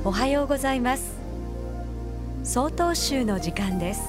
おはようございます。総統集の時間です。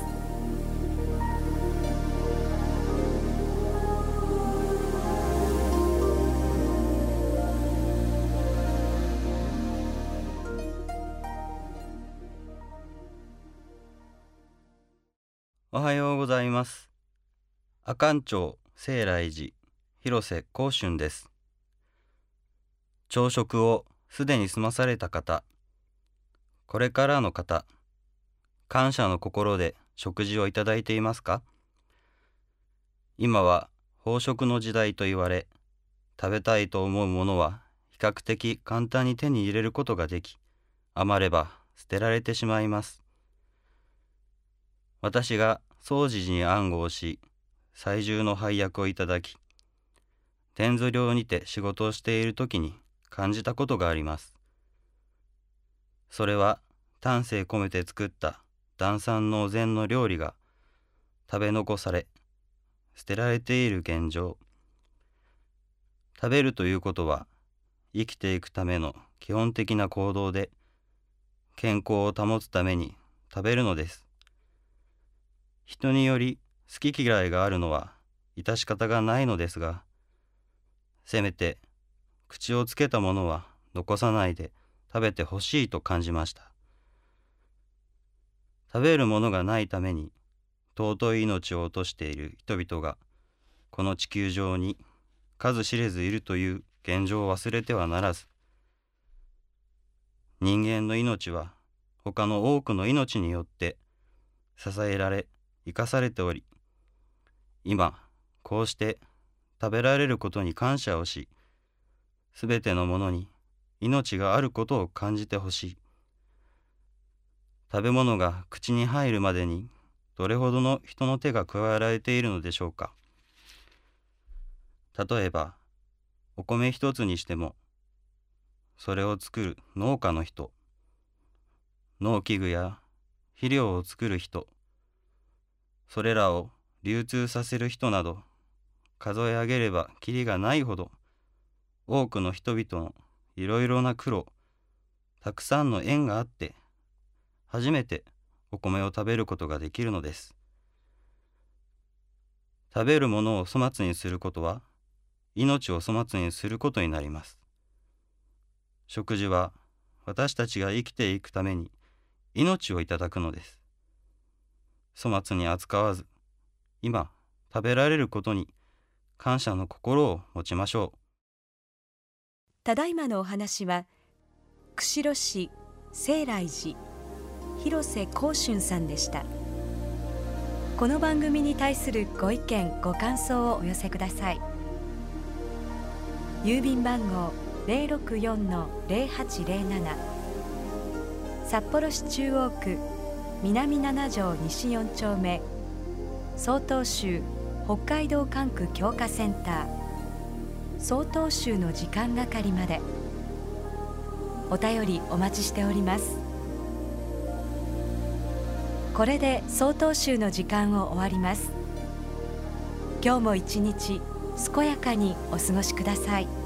おはようございます。阿寒町聖来寺広瀬光春です。朝食をすでに済まされた方、これからの方、感謝の心で食事をいただいていますか？今は飽食の時代と言われ、食べたいと思うものは比較的簡単に手に入れることができ、余れば捨てられてしまいます。私が總持寺に暗号し、祭重の配役をいただき、天祖寮にて仕事をしているときに感じたことがあります。それは丹精込めて作った檀さんのお膳の料理が食べ残され、捨てられている現状。食べるということは生きていくための基本的な行動で、健康を保つために食べるのです。人により好き嫌いがあるのは致し方がないのですが、せめて口をつけたものは残さないで食べてほしいと感じました。食べるものがないために尊い命を落としている人々がこの地球上に数知れずいるという現状を忘れてはならず、人間の命は他の多くの命によって支えられ生かされており、今こうして食べられることに感謝をし、すべてのものに命があることを感じてほしい。食べ物が口に入るまでにどれほどの人の手が加えられているのでしょうか。例えばお米一つにしても、それを作る農家の人、農機具や肥料を作る人、それらを流通させる人など、数え上げればきりがないほど多くの人々のいろいろな苦労、たくさんの縁があって初めてお米を食べることができるのです。食べるものを粗末にすることは命を粗末にすることになります。食事は私たちが生きていくために命をいただくのです。粗末に扱わず、今食べられることに感謝の心を持ちましょう。 ただいまのお話は、釧路市聖来寺広瀬光春さんでした。この番組に対するご意見ご感想をお寄せください。郵便番号 064-0807 札幌市中央区南7条西4丁目、曹洞宗北海道管区強化センター曹洞宗の時間係まで。お便りお待ちしております。これで曹洞宗の時間を終わります。今日も一日健やかにお過ごしください。